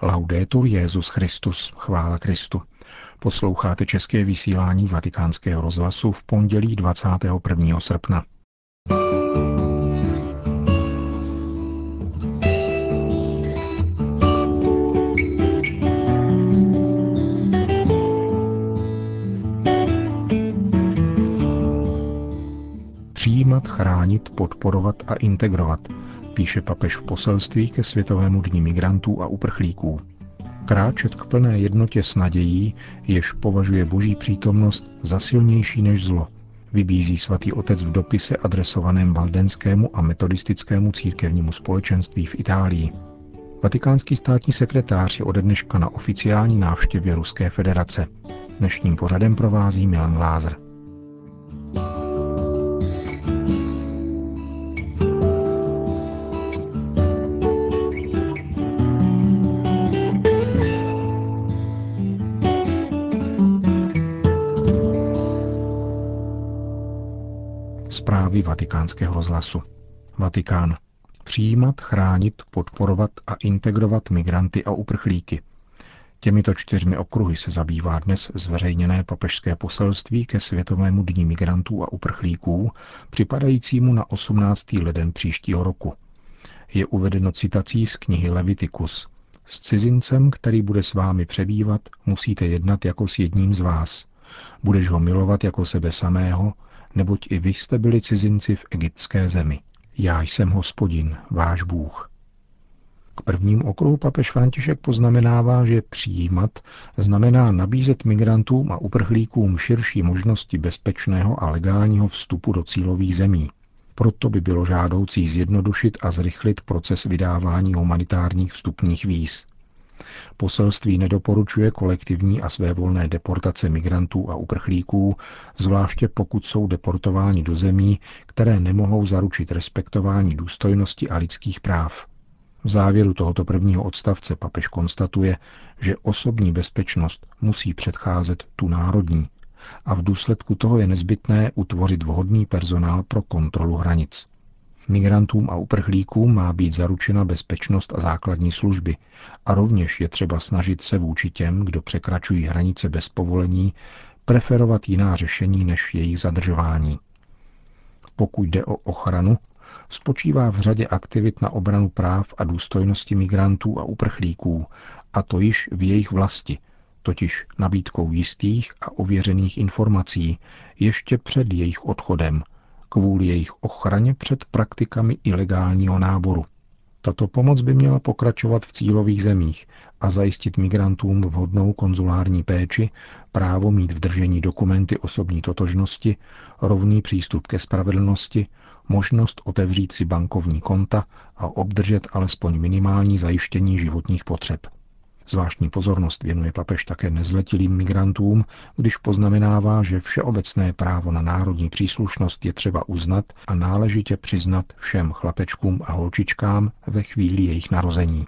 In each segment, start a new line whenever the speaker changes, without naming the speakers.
Laudetur Jesus Christus, chvála Kristu. Posloucháte české vysílání Vatikánského rozhlasu v pondělí 21. srpna. Přijímat, chránit, podporovat a integrovat, píše papež v poselství ke Světovému dni migrantů a uprchlíků. Kráčet k plné jednotě s nadějí, jež považuje Boží přítomnost za silnější než zlo, vybízí svatý otec v dopise adresovaném valdenskému a metodistickému církevnímu společenství v Itálii. Vatikánský státní sekretář je ode dneška na oficiální návštěvě Ruské federace. Dnešním pořadem provází Milan Glázer. Zprávy Vatikánského rozhlasu. Vatikán. Přijímat, chránit, podporovat a integrovat migranty a uprchlíky. Těmito 4 okruhy se zabývá dnes zveřejněné papežské poselství ke Světovému dni migrantů a uprchlíků, připadajícímu na 18. leden příštího roku. Je uvedeno citací z knihy Leviticus. S cizincem, který bude s vámi přebývat, musíte jednat jako s jedním z vás. Budeš ho milovat jako sebe samého, neboť i vy jste byli cizinci v egyptské zemi. Já jsem Hospodin, váš Bůh. K prvním okruhu papež František poznamenává, že přijímat znamená nabízet migrantům a uprchlíkům širší možnosti bezpečného a legálního vstupu do cílových zemí. Proto by bylo žádoucí zjednodušit a zrychlit proces vydávání humanitárních vstupních víz. Poselství nedoporučuje kolektivní a svévolné deportace migrantů a uprchlíků, zvláště pokud jsou deportováni do zemí, které nemohou zaručit respektování důstojnosti a lidských práv. V závěru tohoto prvního odstavce papež konstatuje, že osobní bezpečnost musí předcházet tu národní a v důsledku toho je nezbytné utvořit vhodný personál pro kontrolu hranic. Migrantům a uprchlíkům má být zaručena bezpečnost a základní služby a rovněž je třeba snažit se vůči těm, kdo překračují hranice bez povolení, preferovat jiná řešení než jejich zadržování. Pokud jde o ochranu, spočívá v řadě aktivit na obranu práv a důstojnosti migrantů a uprchlíků, a to již v jejich vlasti, totiž nabídkou jistých a ověřených informací ještě před jejich odchodem, kvůli jejich ochraně před praktikami ilegálního náboru. Tato pomoc by měla pokračovat v cílových zemích a zajistit migrantům vhodnou konzulární péči, právo mít v držení dokumenty osobní totožnosti, rovný přístup ke spravedlnosti, možnost otevřít si bankovní konta a obdržet alespoň minimální zajištění životních potřeb. Zvláštní pozornost věnuje papež také nezletilým migrantům, když poznamenává, že všeobecné právo na národní příslušnost je třeba uznat a náležitě přiznat všem chlapečkům a holčičkám ve chvíli jejich narození.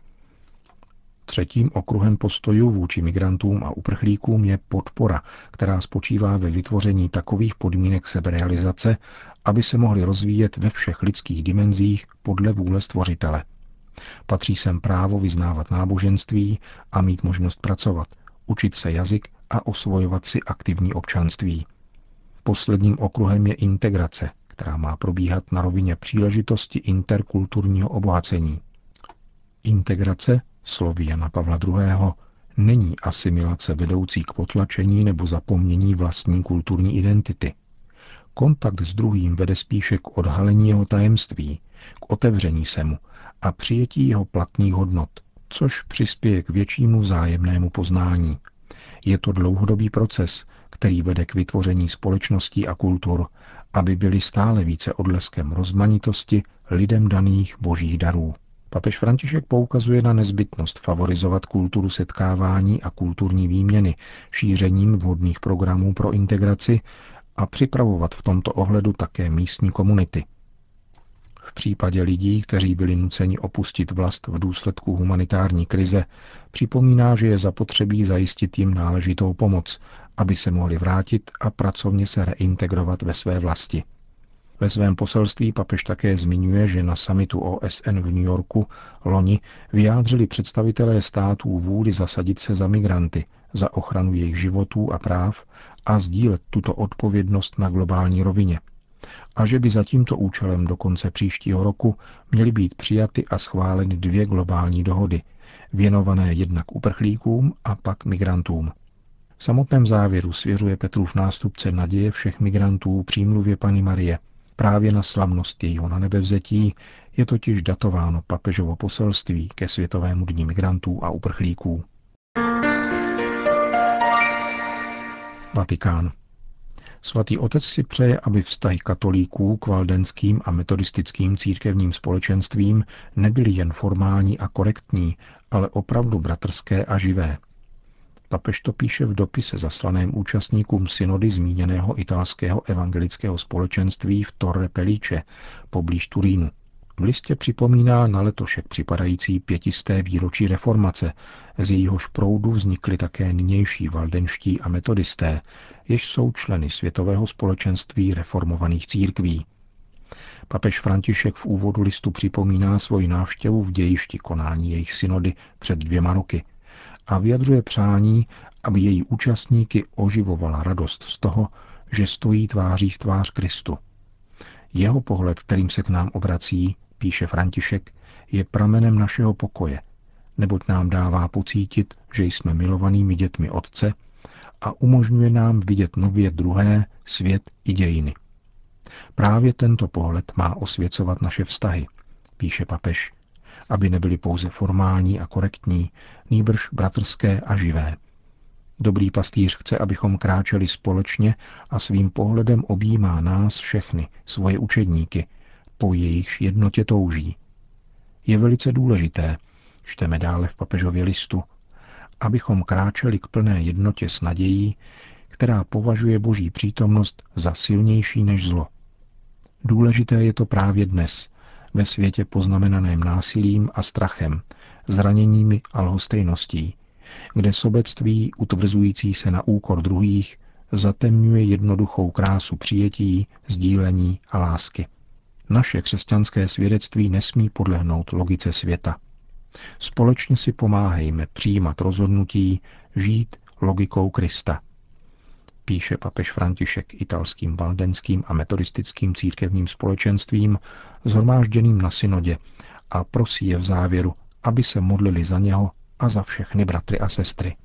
Třetím okruhem postojů vůči migrantům a uprchlíkům je podpora, která spočívá ve vytvoření takových podmínek seberealizace, aby se mohli rozvíjet ve všech lidských dimenzích podle vůle Stvořitele. Patří sem právo vyznávat náboženství a mít možnost pracovat, učit se jazyk a osvojovat si aktivní občanství. Posledním okruhem je integrace, která má probíhat na rovině příležitosti interkulturního obohacení. Integrace, slovy Jana Pavla II., není asimilace vedoucí k potlačení nebo zapomnění vlastní kulturní identity. Kontakt s druhým vede spíše k odhalení jeho tajemství, k otevření se mu a přijetí jeho platných hodnot, což přispěje k většímu vzájemnému poznání. Je to dlouhodobý proces, který vede k vytvoření společností a kultur, aby byly stále více odleskem rozmanitosti lidem daných božích darů. Papež František poukazuje na nezbytnost favorizovat kulturu setkávání a kulturní výměny šířením vhodných programů pro integraci a připravovat v tomto ohledu také místní komunity. V případě lidí, kteří byli nuceni opustit vlast v důsledku humanitární krize, připomíná, že je zapotřebí zajistit jim náležitou pomoc, aby se mohli vrátit a pracovně se reintegrovat ve své vlasti. Ve svém poselství papež také zmiňuje, že na summitu OSN v New Yorku loni vyjádřili představitelé států vůli zasadit se za migranty, za ochranu jejich životů a práv a sdílet tuto odpovědnost na globální rovině. A že by za tímto účelem do konce příštího roku měly být přijaty a schváleny 2 globální dohody, věnované jednak uprchlíkům a pak migrantům. V samotném závěru svěřuje Petrův nástupce naděje všech migrantů přímluvě Panny Marie. Právě na slavnost jejího nanebevzetí je totiž datováno papežovo poselství ke Světovému dni migrantů a uprchlíků. Vatikán. Svatý otec si přeje, aby vztahy katolíků k valdenským a metodistickým církevním společenstvím nebyly jen formální a korektní, ale opravdu bratrské a živé. Papež to píše v dopise zaslaném účastníkům synody zmíněného italského evangelického společenství v Torre Pellice, poblíž Turínu. V listě připomíná na letošek připadající 500. výročí reformace, z jejíhož proudu vznikly také nynější valdenští a metodisté, jež jsou členy Světového společenství reformovaných církví. Papež František v úvodu listu připomíná svoji návštěvu v dějišti konání jejich synody před 2 roky a vyjadřuje přání, aby její účastníky oživovala radost z toho, že stojí tváří v tvář Kristu. Jeho pohled, kterým se k nám obrací, píše František, je pramenem našeho pokoje, neboť nám dává pocítit, že jsme milovanými dětmi Otce a umožňuje nám vidět nově druhé, svět i dějiny. Právě tento pohled má osvěcovat naše vztahy, píše papež, aby nebyly pouze formální a korektní, nýbrž bratrské a živé. Dobrý pastýř chce, abychom kráčeli společně a svým pohledem objímá nás všechny, svoje učedníky, po jejichž jednotě touží. Je velice důležité, čteme dále v papežově listu, abychom kráčeli k plné jednotě s nadějí, která považuje Boží přítomnost za silnější než zlo. Důležité je to právě dnes, ve světě poznamenaném násilím a strachem, zraněními a lhostejností, kde sobectví, utvrzující se na úkor druhých, zatemňuje jednoduchou krásu přijetí, sdílení a lásky. Naše křesťanské svědectví nesmí podlehnout logice světa. Společně si pomáhejme přijímat rozhodnutí, žít logikou Krista, píše papež František italským valdenským a metodistickým církevním společenstvím shromážděným na synodě a prosí je v závěru, aby se modlili za něho a za všechny bratry a sestry.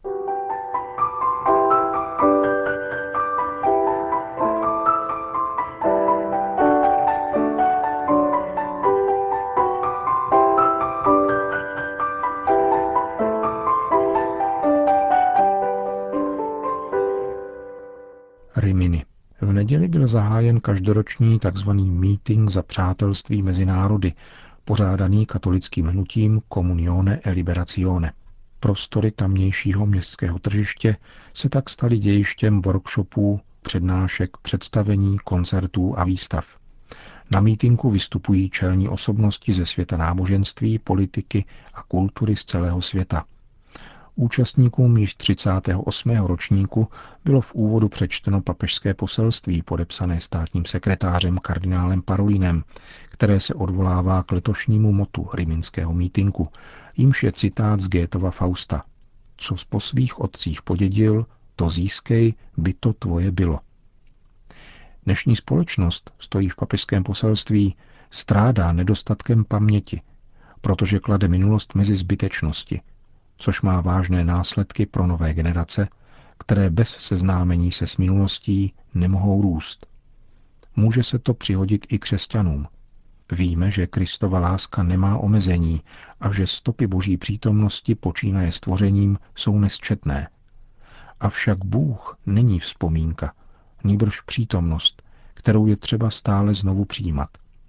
Rimini. V neděli byl zahájen každoroční tzv. Meeting za přátelství mezi národy, pořádaný katolickým hnutím Comunione e Liberazione. Prostory tamnějšího městského tržiště se tak staly dějištěm workshopů, přednášek, představení, koncertů a výstav. Na mítinku vystupují čelní osobnosti ze světa náboženství, politiky a kultury z celého světa. Účastníkům již 38. ročníku bylo v úvodu přečteno papežské poselství podepsané státním sekretářem kardinálem Parolinem, které se odvolává k letošnímu motu riminského mítinku, jímž je citát z Goethova Fausta. Co po svých otcích podědil, to získej, by to tvoje bylo. Dnešní společnost, stojí v papežském poselství, strádá nedostatkem paměti, protože klade minulost mezi zbytečnosti, což má vážné následky pro nové generace, které bez seznámení se s minulostí nemohou růst. Může se to přihodit i křesťanům. Víme, že Kristova láska nemá omezení a že stopy Boží přítomnosti počínaje stvořením jsou nesčetné. Avšak Bůh není vzpomínka, nýbrž přítomnost, kterou je třeba stále znovu přijímat.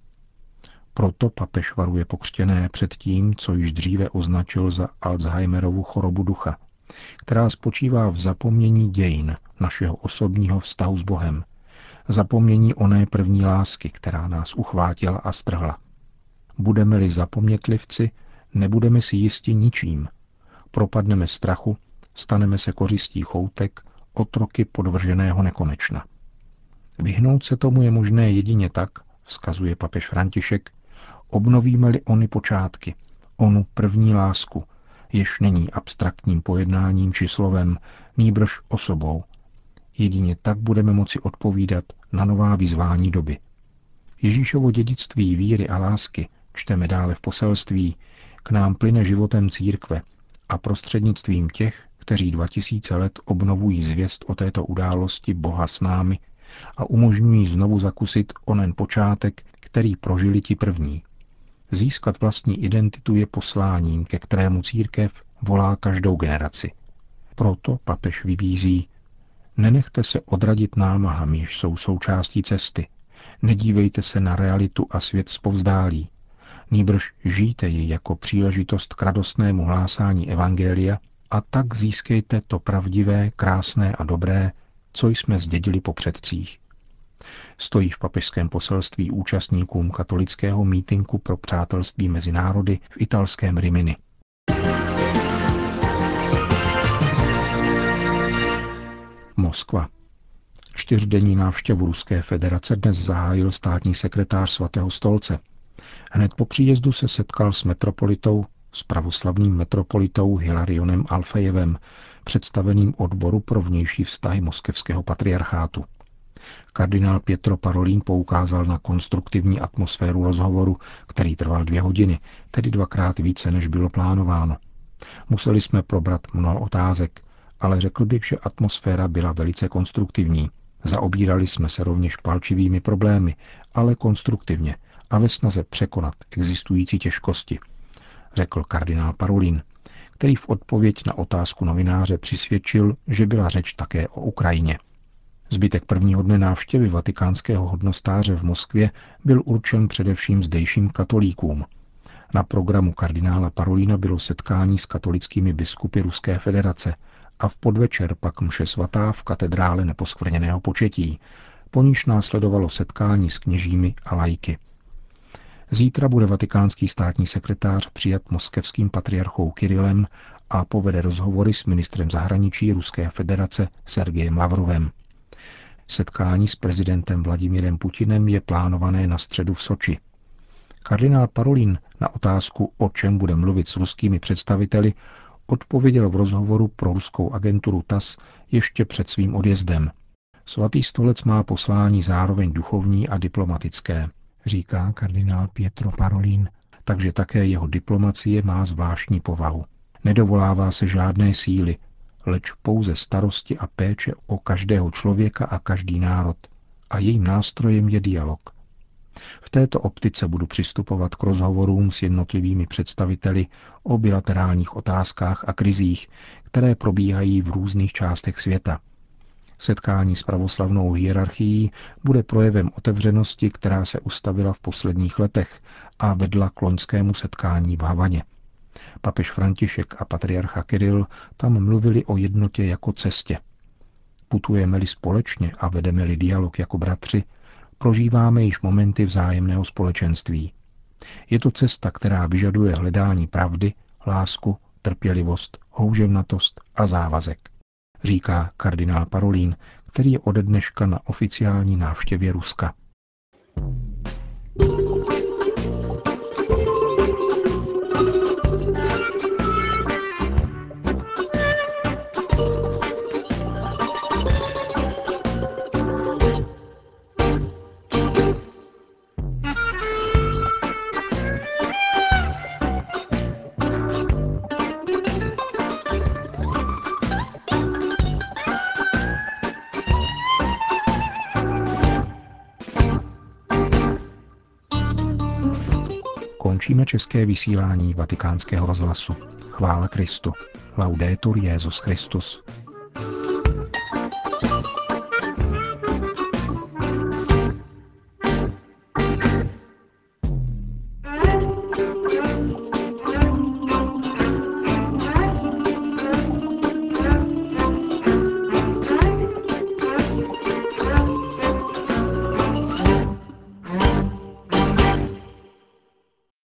Proto papež varuje pokřtěné před tím, co již dříve označil za Alzheimerovu chorobu ducha, která spočívá v zapomnění dějin našeho osobního vztahu s Bohem, zapomnění oné první lásky, která nás uchvátila a strhla. Budeme-li zapomnětlivci, nebudeme si jisti ničím. Propadneme strachu, staneme se kořistí choutek, otroky podvrženého nekonečna. Vyhnout se tomu je možné jedině tak, vzkazuje papež František, obnovíme-li ony počátky, onu první lásku, jež není abstraktním pojednáním či slovem, nýbrž osobou. Jedině tak budeme moci odpovídat na nová vyzvání doby. Ježíšovo dědictví víry a lásky, čteme dále v poselství, k nám plyne životem církve a prostřednictvím těch, kteří 2000 let obnovují zvěst o této události Boha s námi a umožňují znovu zakusit onen počátek, který prožili ti první. Získat vlastní identitu je posláním, ke kterému církev volá každou generaci. Proto papež vybízí: nenechte se odradit námahami, jež jsou součástí cesty. Nedívejte se na realitu a svět zpovzdálí. Nýbrž žijte ji jako příležitost k radostnému hlásání evangelia a tak získejte to pravdivé, krásné a dobré, co jsme zdědili po předcích. Stojí v papežském poselství účastníkům katolického mítinku pro přátelství mezi národy v italském Rimini. Moskva. 4denní návštěvu Ruské federace dnes zahájil státní sekretář Svatého stolce. Hned po příjezdu se setkal s pravoslavným metropolitou Hilarionem Alfejevem, představeným odboru pro vnější vztahy moskevského patriarchátu. Kardinál Pietro Parolin poukázal na konstruktivní atmosféru rozhovoru, který trval 2 hodiny, tedy 2krát více, než bylo plánováno. Museli jsme probrat mnoho otázek, ale řekl bych, že atmosféra byla velice konstruktivní. Zaobírali jsme se rovněž palčivými problémy, ale konstruktivně a ve snaze překonat existující těžkosti, řekl kardinál Parolin, který v odpověď na otázku novináře přisvědčil, že byla řeč také o Ukrajině. Zbytek prvního dne návštěvy vatikánského hodnostáře v Moskvě byl určen především zdejším katolíkům. Na programu kardinála Parolina bylo setkání s katolickými biskupy Ruské federace a v podvečer pak mše svatá v katedrále Neposkvrněného početí, po níž následovalo setkání s kněžími a laiky. Zítra bude vatikánský státní sekretář přijat moskevským patriarchou Kirilem a povede rozhovory s ministrem zahraničí Ruské federace Sergejem Lavrovem. Setkání s prezidentem Vladimirem Putinem je plánované na středu v Soči. Kardinál Parolin na otázku, o čem bude mluvit s ruskými představiteli, odpověděl v rozhovoru pro ruskou agenturu TASS ještě před svým odjezdem. Svatý stolec má poslání zároveň duchovní a diplomatické, říká kardinál Pietro Parolin, takže také jeho diplomacie má zvláštní povahu. Nedovolává se žádné síly, leč pouze starosti a péče o každého člověka a každý národ. A jejím nástrojem je dialog. V této optice budu přistupovat k rozhovorům s jednotlivými představiteli o bilaterálních otázkách a krizích, které probíhají v různých částech světa. Setkání s pravoslavnou hierarchií bude projevem otevřenosti, která se ustavila v posledních letech a vedla k loňskému setkání v Havaně. Papež František a patriarcha Kiril tam mluvili o jednotě jako cestě. Putujeme-li společně a vedeme-li dialog jako bratři, prožíváme již momenty vzájemného společenství. Je to cesta, která vyžaduje hledání pravdy, lásku, trpělivost, houževnatost a závazek, říká kardinál Parolin, který je ode dneška na oficiální návštěvě Ruska. Končíme české vysílání Vatikánského rozhlasu. Chvála Kristu. Laudetur Jesus Christus.